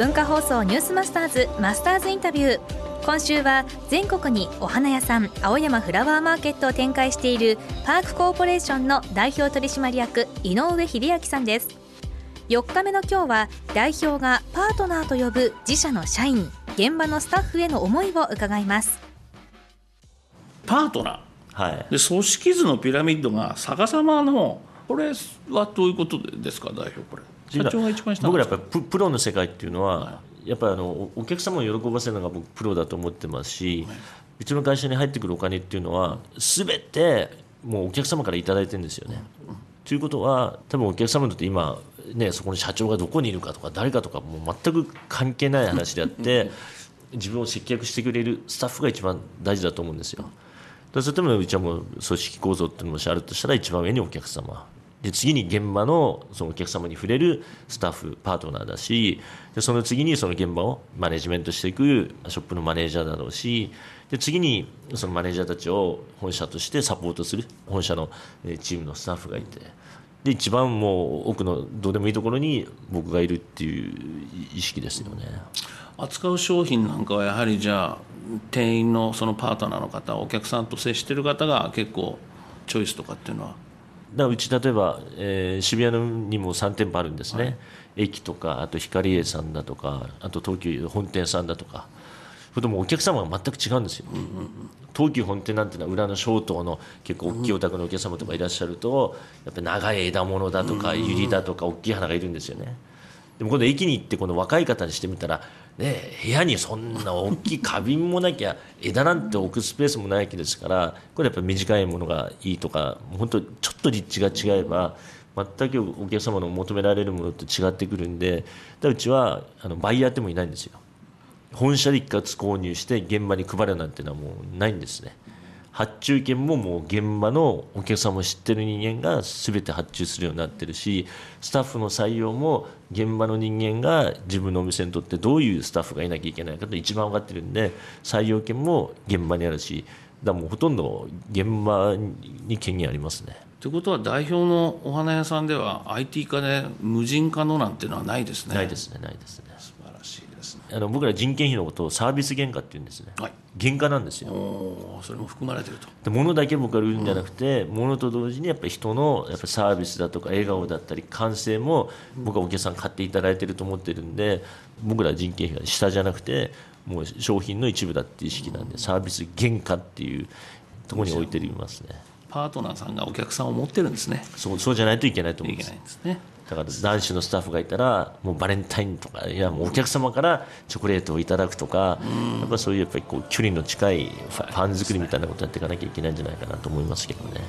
文化放送ニュースマスターズマスターズインタビュー。今週は全国にお花屋さん青山フラワーマーケットを展開しているパークコーポレーションの代表取締役井上秀明さんです。4日目の今日は代表がパートナーと呼ぶ自社の社員、現場のスタッフへの思いを伺います。 パートナー、 はい、 で組織図のピラミッドが逆さまの、これはどういうことですか代表。これ社長が一番下なんですか。 僕らやっぱりプロの世界っていうのは、やっぱりお客様を喜ばせるのが僕プロだと思ってますし、うちの会社に入ってくるお金っていうのは全てもうお客様からいただいてるんですよね。ということは多分お客様にとって今ね、そこの社長がどこにいるかとか誰かとかもう全く関係ない話であって自分を接客してくれるスタッフが一番大事だと思うんですよ。そういった意味でうちはもう組織構造っていうのもしあるとしたら一番上にお客様で、次に現場のそのお客様に触れるスタッフパートナーだし、でその次にその現場をマネジメントしていくショップのマネージャーだろうし、で次にそのマネージャーたちを本社としてサポートする本社のチームのスタッフがいて、で一番もう奥のどうでもいいところに僕がいるっていう意識ですよね。 扱う商品なんかはやはりじゃあ店員のそのパートナーの方、お客さんと接している方が結構チョイスとかっていうのは。 だからうち例えば、渋谷にも3店舗あるんですね、はい、駅とかあと光栄さんだとかあと東急本店さんだとか、それともお客様が全く違うんですよ、東急本店なんてのは裏の小東の結構大きいお宅のお客様とかいらっしゃると、やっぱり長い枝物だとかユリだとか大きい花がいるんですよね。でも今度駅に行ってこの若い方にしてみたら、ね、部屋にそんな大きい花瓶もなきゃ枝なんて置くスペースもないわけですから、これやっぱり短いものがいいとか、本当ちょっと立地が違えば全くお客様の求められるものと違ってくるんで、うちはバイヤーってもいないんですよ。本社で一括購入して現場に配るなんていうのはもうないんですね。発注権ももう現場のお客様を知ってる人間が全て発注するようになってるし、スタッフの採用も現場の人間が自分のお店にとってどういうスタッフがいなきゃいけないかと一番分かってるんで、採用権も現場にあるし、だからもうほとんど現場に権限ありますね。 ということは代表のお花屋さんでは IT 化で無人化のなんていうのはないですね。 ないですね、ないですね。 素晴らしいですね。 僕ら人件費のことをサービス原価っていうんですね、はい、原価なんですよ。 それも含まれていると。 で物だけ僕が売るんじゃなくて、物と同時にやっぱり人のやっぱサービスだとか笑顔だったり感性も僕はお客さん買っていただいていると思ってるんで、僕ら人件費は下じゃなくてもう商品の一部だっていう意識なんで、サービス原価っていうところに置いていますね。 パートナーさんがお客さんを持ってるんですね。 そうじゃないといけないと思うんです。 いけないんですね。 だから男子のスタッフがいたらもうバレンタインとか、いやもうお客様からチョコレートをいただくとか、やっぱそういうやっぱりこう距離の近いファン作りみたいなことをやっていかなきゃいけないんじゃないかなと思いますけどね。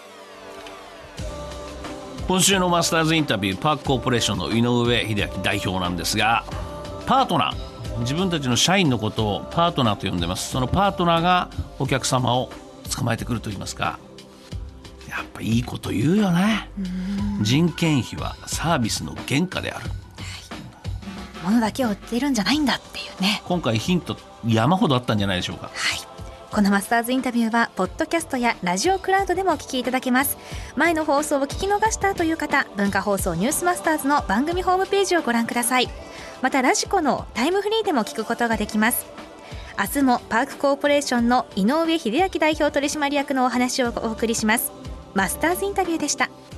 今週のマスターズインタビュー、パークコーポレーションの井上秀明代表なんですが、パートナー、自分たちの社員のことをパートナーと呼んでます。そのパートナーがお客様を捕まえてくるといいますか、やっぱいいこと言うよね。人件費はサービスの原価である、 物だけを売ってるんじゃないんだっていうね。 今回ヒント山ほどあったんじゃないでしょうか。 はい、このマスターズインタビューはポッドキャストやラジオクラウドでもお聞きいただけます。前の放送を聞き逃したという方、文化放送ニュースマスターズの番組ホームページをご覧ください。またラジコのタイムフリーでも聞くことができます。明日もパークコーポレーションの井上秀明代表取締役のお話をお送りします。マスターズインタビューでした。